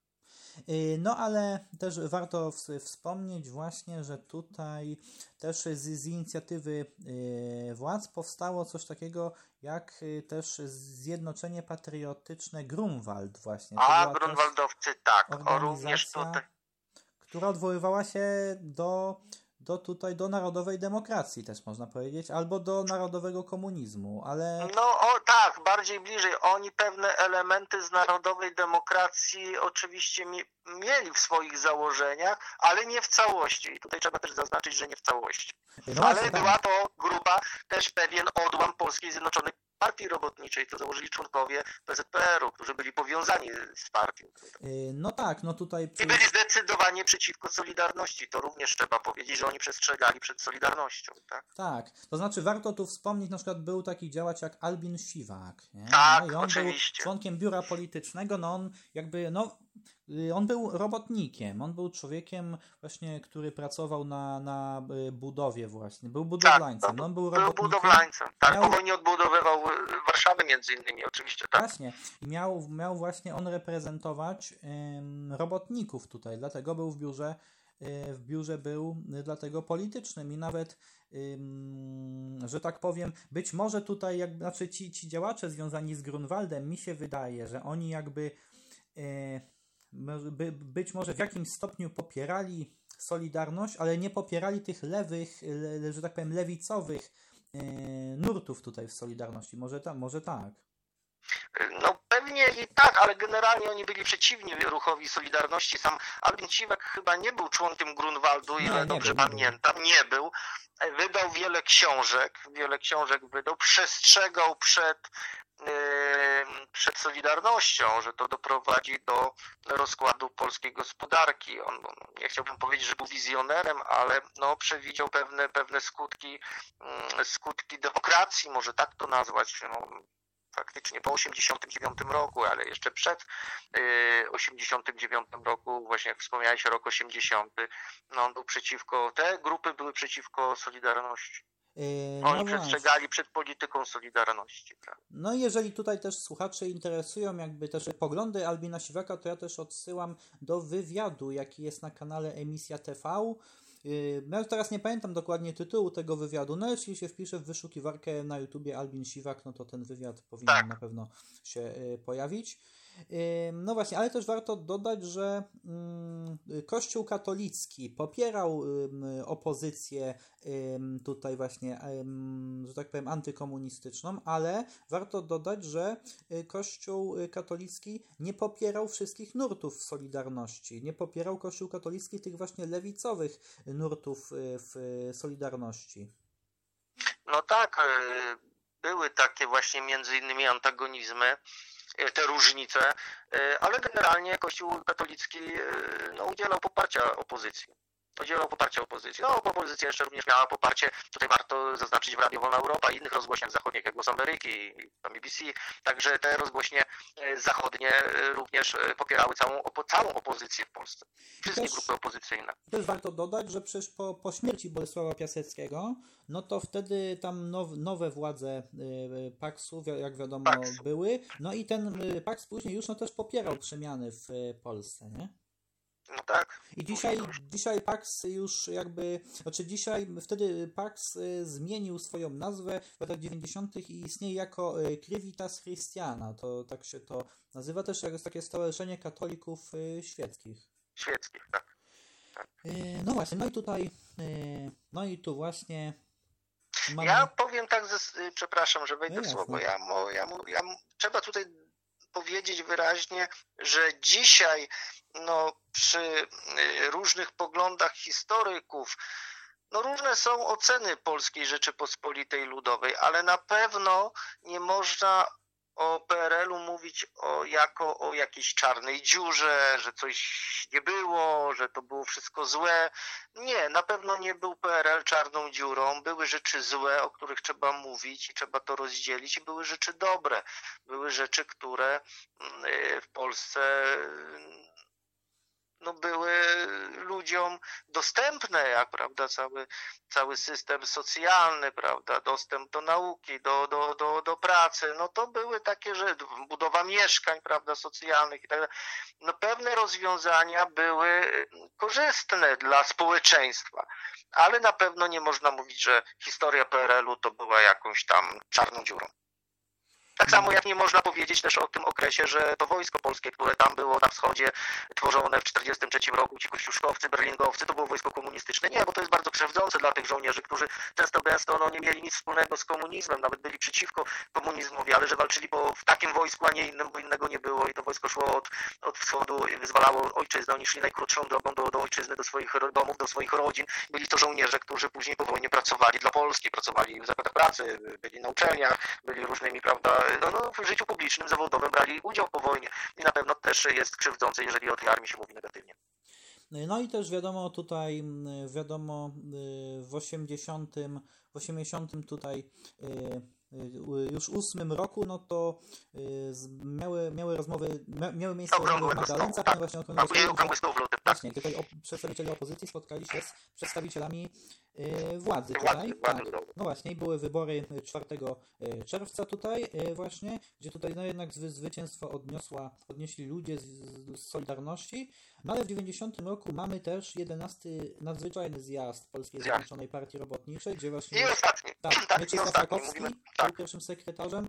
Y, No ale też warto ws- wspomnieć właśnie, że tutaj też z, z inicjatywy y, władz powstało coś takiego jak y, też Zjednoczenie Patriotyczne Grunwald właśnie. To A była też Grunwaldowcy tak, o również organizacja, tutaj. która odwoływała się do, do tutaj do narodowej demokracji też można powiedzieć, albo do narodowego komunizmu, ale No o tak, bardziej bliżej. Oni pewne elementy z narodowej demokracji oczywiście mi, mieli w swoich założeniach, ale nie w całości. I tutaj trzeba też zaznaczyć, że nie w całości. no Ale właśnie, była tak. to grupa, też pewien odłam Polskiej Zjednoczonej Partii Robotniczej, to założyli członkowie P Z P R u, którzy byli powiązani z partią. Y, No tak, no tutaj I przy, byli zdecydowanie przeciwko Solidarności. To również trzeba powiedzieć, że oni przestrzegali przed Solidarnością. Tak, tak, to znaczy warto tu wspomnieć, na przykład był taki działacz jak Albin Siwak, nie? tak, No i on był oczywiście. członkiem biura politycznego, no on jakby, no y, on był robotnikiem, on był człowiekiem właśnie, który pracował na, na y, budowie właśnie, był budowlańcem, Tak, no on był był robotnikiem. budowlańcem. Tak, Miał- po wojnie odbudowywał y, Warszawę między innymi oczywiście. Tak. Właśnie, i miał, miał właśnie on reprezentować ym, robotników tutaj, dlatego był w biurze, y, w biurze był y, dlatego politycznym i nawet, ym, że tak powiem, być może tutaj, jakby, znaczy ci, ci działacze związani z Grunwaldem, mi się wydaje, że oni jakby y, może by, być może w jakimś stopniu popierali Solidarność, ale nie popierali tych lewych, le, że tak powiem, lewicowych y, nurtów tutaj w Solidarności. Może, ta, może tak. No pewnie i tak, ale generalnie oni byli przeciwni ruchowi Solidarności. Sam Albin Siwak chyba nie był członkiem Grunwaldu, Nie, ile nie dobrze był, nie pamiętam. Nie był. Wydał wiele książek, wiele książek wydał, przestrzegał przed, yy, przed Solidarnością, że to doprowadzi do rozkładu polskiej gospodarki. On, nie chciałbym powiedzieć, że był wizjonerem, ale no, przewidział pewne, pewne skutki, yy, skutki demokracji, może tak to nazwać. No, faktycznie po osiemdziesiątym dziewiątym roku, ale jeszcze przed y, osiemdziesiątym dziewiątym roku, właśnie jak wspomniałeś, rok osiemdziesiąty, no on był przeciwko, te grupy były przeciwko Solidarności. Yy, Oni no przestrzegali przed polityką Solidarności. Prawda? No i jeżeli tutaj też słuchacze interesują jakby też poglądy Albina Siwaka, to ja też odsyłam do wywiadu, jaki jest na kanale Emisja T V. Yy, Ja teraz nie pamiętam dokładnie tytułu tego wywiadu, no jeśli się wpisze w wyszukiwarkę na YouTubie Albin Siwak, no to ten wywiad powinien Tak. na pewno się yy, pojawić. Yy, No właśnie, ale też warto dodać, że yy, Kościół katolicki popierał yy, opozycję yy, tutaj właśnie, yy, że tak powiem, antykomunistyczną, ale warto dodać, że yy, Kościół yy, katolicki nie popierał wszystkich nurtów Solidarności. Nie popierał Kościół katolicki tych właśnie lewicowych nurtów yy, w yy, Solidarności. No tak, y, były takie właśnie między innymi antagonizmy, y, te różnice, y, ale generalnie Kościół katolicki y, no, udzielał poparcia opozycji. Udzielał poparcia opozycji. No, opozycja jeszcze również miała poparcie, tutaj warto zaznaczyć, w Radio Wolna Europa i innych rozgłośniach zachodnich, jak Głos Ameryki i B B C. Także te rozgłośnie zachodnie również popierały całą, opo, całą opozycję w Polsce. Wszystkie Też- grupy opozycyjne. Też warto dodać, że przecież po, po śmierci Bolesława Piaseckiego, no to wtedy tam now, nowe władze y, Paksu, wi- jak wiadomo, Paksu. były. No i ten y, Paks później już no, też popierał przemiany w y, Polsce, nie? No tak. I dzisiaj, dzisiaj Paks już jakby, znaczy dzisiaj, wtedy Paks y, zmienił swoją nazwę w latach dziewięćdziesiątych i istnieje jako y, Civitas Christiana, to tak się to nazywa, też jest takie stowarzyszenie katolików y, świeckich. Świeckich, tak. Y, No właśnie, no i tutaj, y, no i tu właśnie mamy... Ja powiem tak, ze, przepraszam, że wejdę No w jasne. słowo. Ja, mo, ja, mo, ja, trzeba tutaj powiedzieć wyraźnie, że dzisiaj no, przy y, różnych poglądach historyków no, różne są oceny Polskiej Rzeczypospolitej Ludowej, ale na pewno nie można o P R L u mówić o, jako o jakiejś czarnej dziurze, że coś nie było, że to było wszystko złe. Nie, na pewno nie był P R L czarną dziurą. Były rzeczy złe, o których trzeba mówić i trzeba to rozdzielić, i były rzeczy dobre. Były rzeczy, które w Polsce no, były ludziom dostępne, jak prawda, cały, cały system socjalny, prawda, dostęp do nauki, do, do, do, do pracy, no to były takie, że budowa mieszkań, prawda, socjalnych i tak dalej. No pewne rozwiązania były korzystne dla społeczeństwa, ale na pewno nie można mówić, że historia P R L-u to była jakąś tam czarną dziurą. Tak samo jak nie można powiedzieć też o tym okresie, że to wojsko polskie, które tam było na wschodzie, tworzone w tysiąc dziewięćset czterdziestym trzecim roku, ci kościuszkowcy, berlingowcy, to było wojsko komunistyczne. Nie, bo to jest bardzo krzywdzące dla tych żołnierzy, którzy często gęsto no, nie mieli nic wspólnego z komunizmem, nawet byli przeciwko komunizmowi, ale że walczyli po, w takim wojsku, a nie innym, bo innego nie było i to wojsko szło od, od wschodu i wyzwalało ojczyznę. Oni szli najkrótszą drogą do, do ojczyzny, do swoich domów, do swoich rodzin. Byli to żołnierze, którzy później po wojnie pracowali dla Polski, pracowali w zakładach pracy, byli na uczelniach, byli różnymi, prawda, no, no, w życiu publicznym, zawodowym brali udział po wojnie i na pewno też jest krzywdzące, jeżeli o tej armii się mówi negatywnie. No i też wiadomo tutaj, wiadomo w osiemdziesiątym, w osiemdziesiątym tutaj już ósmym roku, no to miały, miały rozmowy, miały miejsce rozmowy w Magdalencach, no właśnie właśnie, tutaj przedstawiciele opozycji spotkali się z przedstawicielami władzy tutaj, tak. No właśnie, były wybory czwartego czerwca tutaj właśnie, gdzie tutaj no jednak zwycięstwo odniosła, odnieśli ludzie z, z Solidarności, no ale w dziewięćdziesiątym roku mamy też jedenasty nadzwyczajny zjazd Polskiej Zjednoczonej Partii Robotniczej, gdzie właśnie I ostatni. tak, Mieczysław Rakowski był pierwszym sekretarzem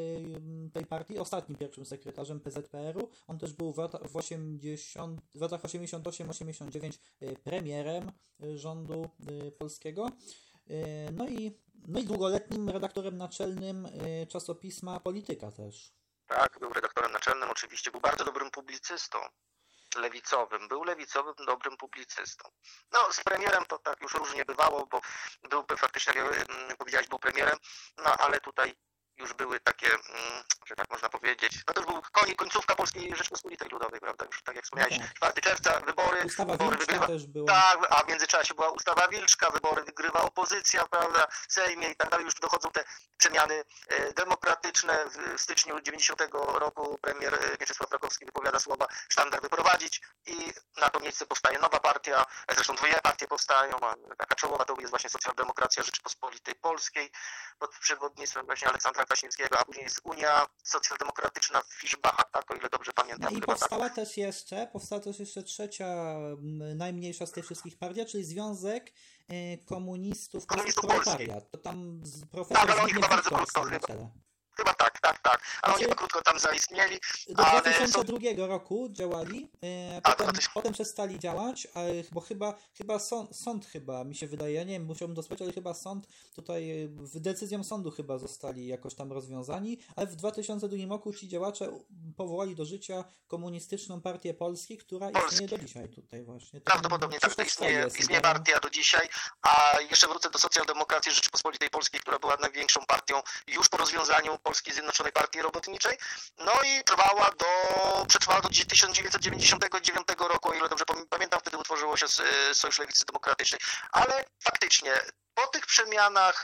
yy, tej partii, ostatnim pierwszym sekretarzem P Z P R-u. On też był w latach, w osiemdziesiątych, w latach osiemdziesiątym ósmym osiemdziesiątym dziewiątym yy, premierem yy, rządu yy, polskiego. Yy, no, i, no i długoletnim redaktorem naczelnym yy, czasopisma Polityka też. Tak, był redaktorem naczelnym, oczywiście był bardzo dobrym publicystą. Lewicowym, był lewicowym, dobrym publicystą. No, z premierem to tak już różnie bywało, bo był faktycznie, jak powiedziałeś, był premierem, no ale tutaj już były takie, że tak można powiedzieć, no to już był koniec, końcówka Polskiej Rzeczpospolitej Ludowej, prawda, już tak jak wspomniałeś, no tak. czwartego czerwca, wybory, Ustawa wybory Wilczka wygrywa, też była. tak, a w międzyczasie była ustawa Wilczka, wybory wygrywa opozycja, prawda, w Sejmie i tak dalej, już dochodzą te przemiany demokratyczne. W styczniu dziewięćdziesiątego roku premier Mieczysław Rakowski wypowiada słowa sztandar wyprowadzić i na to miejsce powstaje nowa partia, zresztą dwie partie powstają, a taka czołowa to jest właśnie Socjaldemokracja Rzeczypospolitej Polskiej pod przewodnictwem właśnie Aleksandra Kwaśniewskiego, a później jest Unia Socjaldemokratyczna Fischbacha, tak, o ile dobrze pamiętam. No i powstała tak. też jeszcze, powstała też jeszcze trzecia, najmniejsza z tych wszystkich partia, czyli Związek Komunistów, Komunistów Proletariat. To tam profesor tak, ale oni chyba bardzo krótko, chyba, chyba tak, tak, tak. Ale znaczy, oni krótko tam zaistnieli. Do ale dwa tysiące drugiego są... roku działali, e, potem, a, tysiące... potem przestali działać, ale, bo chyba, chyba sąd, sąd chyba, mi się wydaje, ja nie wiem, musiałbym dospać, ale chyba sąd tutaj, decyzją sądu chyba zostali jakoś tam rozwiązani, ale w dwa tysiące drugim roku ci działacze powołali do życia Komunistyczną Partię Polski, która Polski. istnieje do dzisiaj tutaj właśnie. To prawdopodobnie tak, to istnieje, istnieje partia do dzisiaj, a jeszcze wrócę do Socjaldemokracji Rzeczypospolitej Polskiej, która była największą partią już po rozwiązaniu Polskiej Zjednoczonej Partii Robotniczej, no i trwała do, przetrwała do tysiąc dziewięćset dziewięćdziesiątego dziewiątego roku, o ile dobrze pamiętam, wtedy utworzyło się Sojusz Lewicy Demokratycznej, ale faktycznie po tych przemianach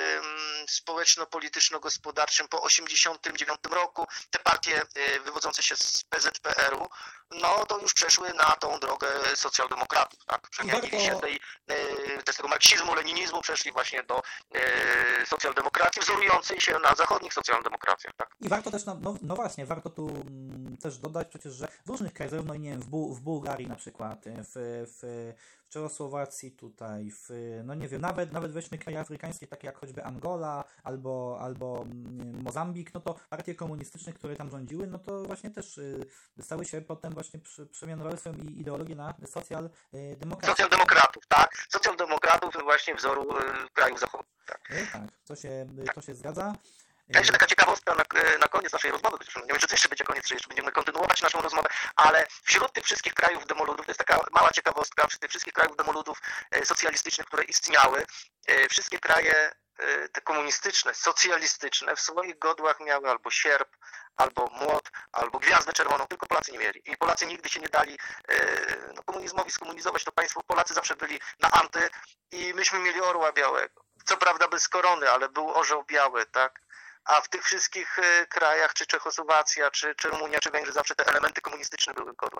yy, społeczno-polityczno-gospodarczym po osiemdziesiątym dziewiątym roku te partie yy, wywodzące się z P Z P R-u, no to już przeszły na tą drogę socjaldemokratów, tak? Przemienili Warto... się z, tej, yy, z tego marksizmu, leninizmu, przeszli właśnie do yy, socjaldemokracji wzorującej się na zachodnich socjaldemokracjach, tak? I warto też, no, no właśnie, warto tu mm, też dodać przecież, że w różnych krajach, zarówno nie wiem, w, Bu- w Bułgarii na przykład, w, w w Czechosłowacji tutaj, w, no nie wiem, nawet, nawet weźmy kraje afrykańskie, takie jak choćby Angola albo, albo Mozambik, no to partie komunistyczne, które tam rządziły, no to właśnie też y, stały się potem właśnie przy, przemianowały swoją ideologię na socjaldemokratów. Socjaldemokratów, tak. Socjaldemokratów właśnie wzoru y, krajów zachodnich. Tak, y, tak to, się, y, to się zgadza. A jeszcze taka ciekawostka na, na koniec naszej rozmowy, chociaż nie wiem, czy to jeszcze będzie koniec, czy jeszcze będziemy kontynuować naszą rozmowę, ale wśród tych wszystkich krajów demoludów, to jest taka mała ciekawostka, wśród tych wszystkich krajów demoludów socjalistycznych, które istniały, wszystkie kraje te komunistyczne, socjalistyczne w swoich godłach miały albo sierp, albo młot, albo gwiazdę czerwoną, tylko Polacy nie mieli. I Polacy nigdy się nie dali no, komunizmowi skomunizować to państwo. Polacy zawsze byli na anty i myśmy mieli orła białego. Co prawda bez korony, ale był orzeł biały, tak? A w tych wszystkich krajach, czy Czechosłowacja, czy, czy Rumunia, czy Węgry, zawsze te elementy komunistyczne były w godłach.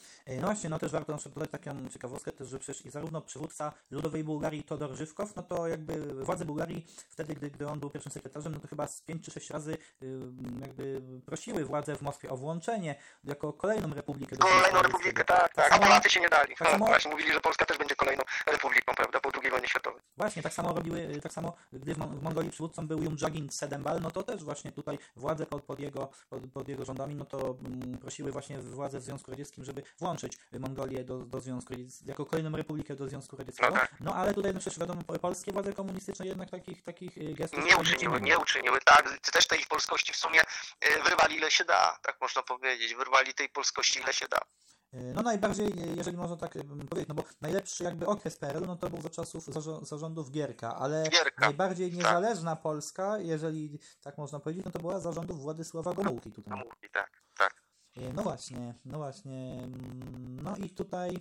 No właśnie, no też warto na przykład dodać taką ciekawostkę też, że przecież i zarówno przywódca Ludowej Bułgarii Todor Żywkow, no to jakby władze Bułgarii wtedy, gdy, gdy on był pierwszym sekretarzem, no to chyba z pięć czy sześć razy jakby prosiły władze w Moskwie o włączenie jako kolejną republikę. Kolejną republikę, tak, tak. A Polacy się nie dali. Tak samo, właśnie mówili, że Polska też będzie kolejną republiką, prawda, po drugiej wojnie światowej. Właśnie, tak samo robiły, tak samo gdy w, Mon- w Mongolii przywódcą był Jumjagin Sedembal, no to też właśnie tutaj władze pod, pod, jego, pod, pod jego rządami, no to mm, prosiły właśnie władze w Związku Radzieckim, żeby włączyć Mongolię do, do Związku Radzieckiego, jako kolejną republikę do Związku Radzieckiego. No, tak. No ale tutaj no przecież wiadomo, polskie władze komunistyczne jednak takich, takich gestów nie uczyniły, nie uczyniły, tak. Też tej polskości w sumie wyrwali ile się da, tak można powiedzieć. Wyrwali tej polskości ile się da. No najbardziej, jeżeli można tak powiedzieć, no bo najlepszy jakby okres P R L-u, no to był za czasów zarządów Gierka, ale Gierka, najbardziej niezależna tak. Polska, jeżeli tak można powiedzieć, no to była za rządów Władysława Gomułki tutaj. Gomułki, tak, tak. No właśnie, no właśnie, no i tutaj,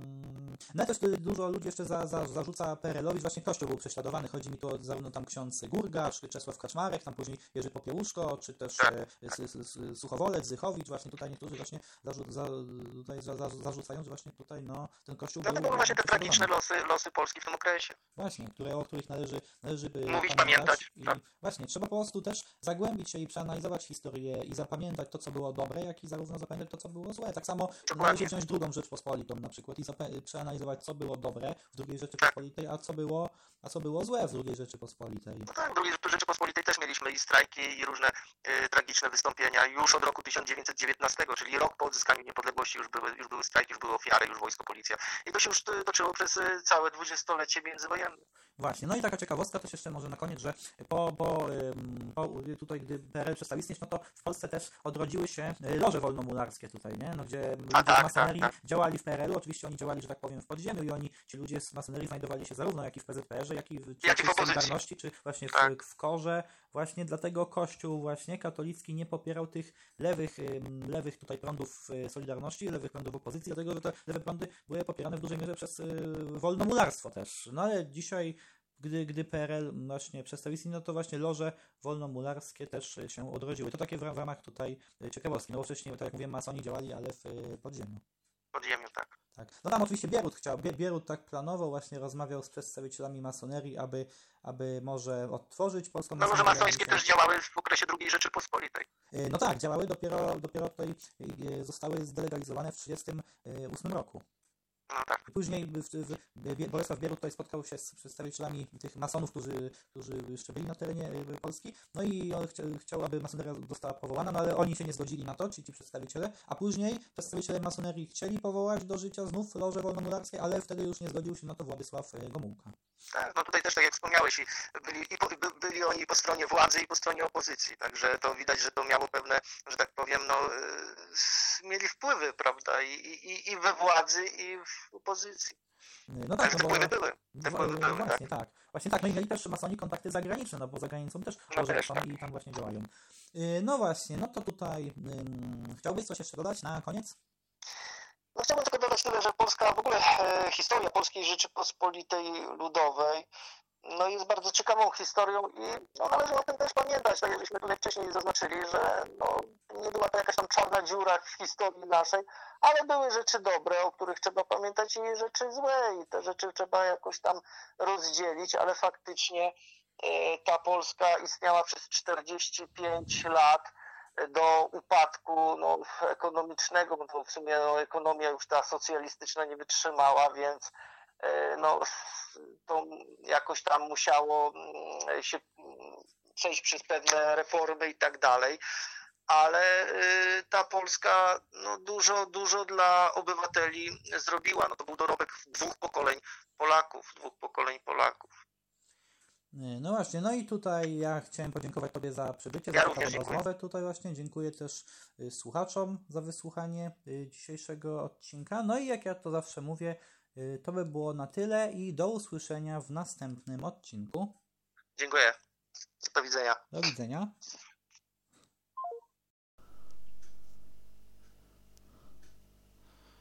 no też dużo ludzi jeszcze za, za, zarzuca P R L-owi, że właśnie Kościół był prześladowany, chodzi mi tu o zarówno tam ksiądz Gurgacz, czy Czesław Kaczmarek, tam później Jerzy Popiełuszko, czy też tak. Suchowolec, Zychowicz, właśnie tutaj niektórzy właśnie zarzu, za, tutaj za, za, zarzucają, że właśnie tutaj no ten Kościół no, był... To były właśnie te tragiczne losy, losy Polski w tym okresie. Właśnie, które, o których należy, należy by mówić, pamiętać. pamiętać. I tak. Właśnie, trzeba po prostu też zagłębić się i przeanalizować historię i zapamiętać to, co było dobre, jak i zarówno zapamiętać to, co było złe. Tak samo należy wziąć drugą Rzeczpospolitą na przykład i przeanalizować, co było dobre w drugiej Rzeczypospolitej, a co było, a co było złe w drugiej Rzeczypospolitej. No tak, w drugiej Rzeczypospolitej też mieliśmy i strajki, i różne y, tragiczne wystąpienia już od roku tysiąc dziewięćset dziewiętnastego, czyli rok po odzyskaniu niepodległości już były, już były strajki, już były ofiary, już wojsko, policja. I to się już toczyło przez y, całe dwudziestolecie międzywojenne. Właśnie, no i taka ciekawostka też jeszcze może na koniec, że po, po, po tutaj, gdy P R L przestał istnieć, no to w Polsce też odrodziły się loże wolnomularskie tutaj, nie? No, gdzie ludzie tak, z masonerii tak, tak. działali w P R L-u, oczywiście oni działali, że tak powiem, w podziemiu i oni, ci ludzie z masonerii znajdowali się zarówno jak i w P Z P R-ze, jak i w, jak i w Solidarności, czy właśnie w, tak. w Korze. Właśnie dlatego Kościół właśnie katolicki nie popierał tych lewych, lewych tutaj prądów Solidarności, lewych prądów opozycji, dlatego że te lewe prądy były popierane w dużej mierze przez wolnomularstwo też. No ale dzisiaj Gdy, gdy P R L właśnie przestał istnieć, no to właśnie loże wolnomularskie też się odrodziły. To takie w, w ramach tutaj ciekawostki, no bo wcześniej, tak jak mówiłem, masoni działali, ale w podziemiu. W podziemiu, tak. Tak. No tam oczywiście Bierut chciał, Bierut tak planował, właśnie rozmawiał z przedstawicielami masonerii, aby, aby może odtworzyć polską masonerię. No loże masońskie też działały w okresie drugiej Rzeczypospolitej. No tak, działały, dopiero, dopiero tutaj zostały zdelegalizowane w tysiąc dziewięćset trzydziestym ósmym roku. No tak. Później w, w, w, Bolesław Bierut tutaj spotkał się z przedstawicielami tych masonów, którzy, którzy jeszcze byli na terenie Polski, no i on chcia, chciał, aby masoneria została powołana, no ale oni się nie zgodzili na to, ci, ci przedstawiciele, a później przedstawiciele masonerii chcieli powołać do życia znów loże wolnomularskie, ale wtedy już nie zgodził się na to Władysław Gomułka. Tak, no tutaj też, tak jak wspomniałeś, byli, i po, by, byli oni po stronie władzy i po stronie opozycji, także to widać, że to miało pewne, że tak powiem, no yy, mieli wpływy, prawda, i, i, i we władzy, i w opozycji. No tak, te no wpływy były. Te wpływy no, były, właśnie, tak. tak. Właśnie tak, no i mieli też masoni kontakty zagraniczne, no bo za granicą też no loże też, są tak. i tam właśnie działają. Yy, no właśnie, no to tutaj um, chciałbyś coś jeszcze dodać na koniec? No chciałbym tylko dodać tyle, że Polska, w ogóle e, historia Polskiej Rzeczypospolitej Ludowej no jest bardzo ciekawą historią i no, należy o tym też pamiętać, tak jak żeśmy tutaj wcześniej zaznaczyli, że no, nie była to jakaś tam czarna dziura w historii naszej, ale były rzeczy dobre, o których trzeba pamiętać i rzeczy złe i te rzeczy trzeba jakoś tam rozdzielić, ale faktycznie e, ta Polska istniała przez czterdzieści pięć lat do upadku no, ekonomicznego, bo w sumie no, ekonomia już ta socjalistyczna nie wytrzymała, więc no, to jakoś tam musiało się przejść przez pewne reformy i tak dalej, ale ta Polska no, dużo, dużo dla obywateli zrobiła. No, to był dorobek dwóch pokoleń Polaków, dwóch pokoleń Polaków. No właśnie, no i tutaj ja chciałem podziękować Tobie za przybycie, ja za tę rozmowę tutaj właśnie. Dziękuję też słuchaczom za wysłuchanie dzisiejszego odcinka. No i jak ja to zawsze mówię, to by było na tyle i do usłyszenia w następnym odcinku. Dziękuję. Do widzenia. Do widzenia.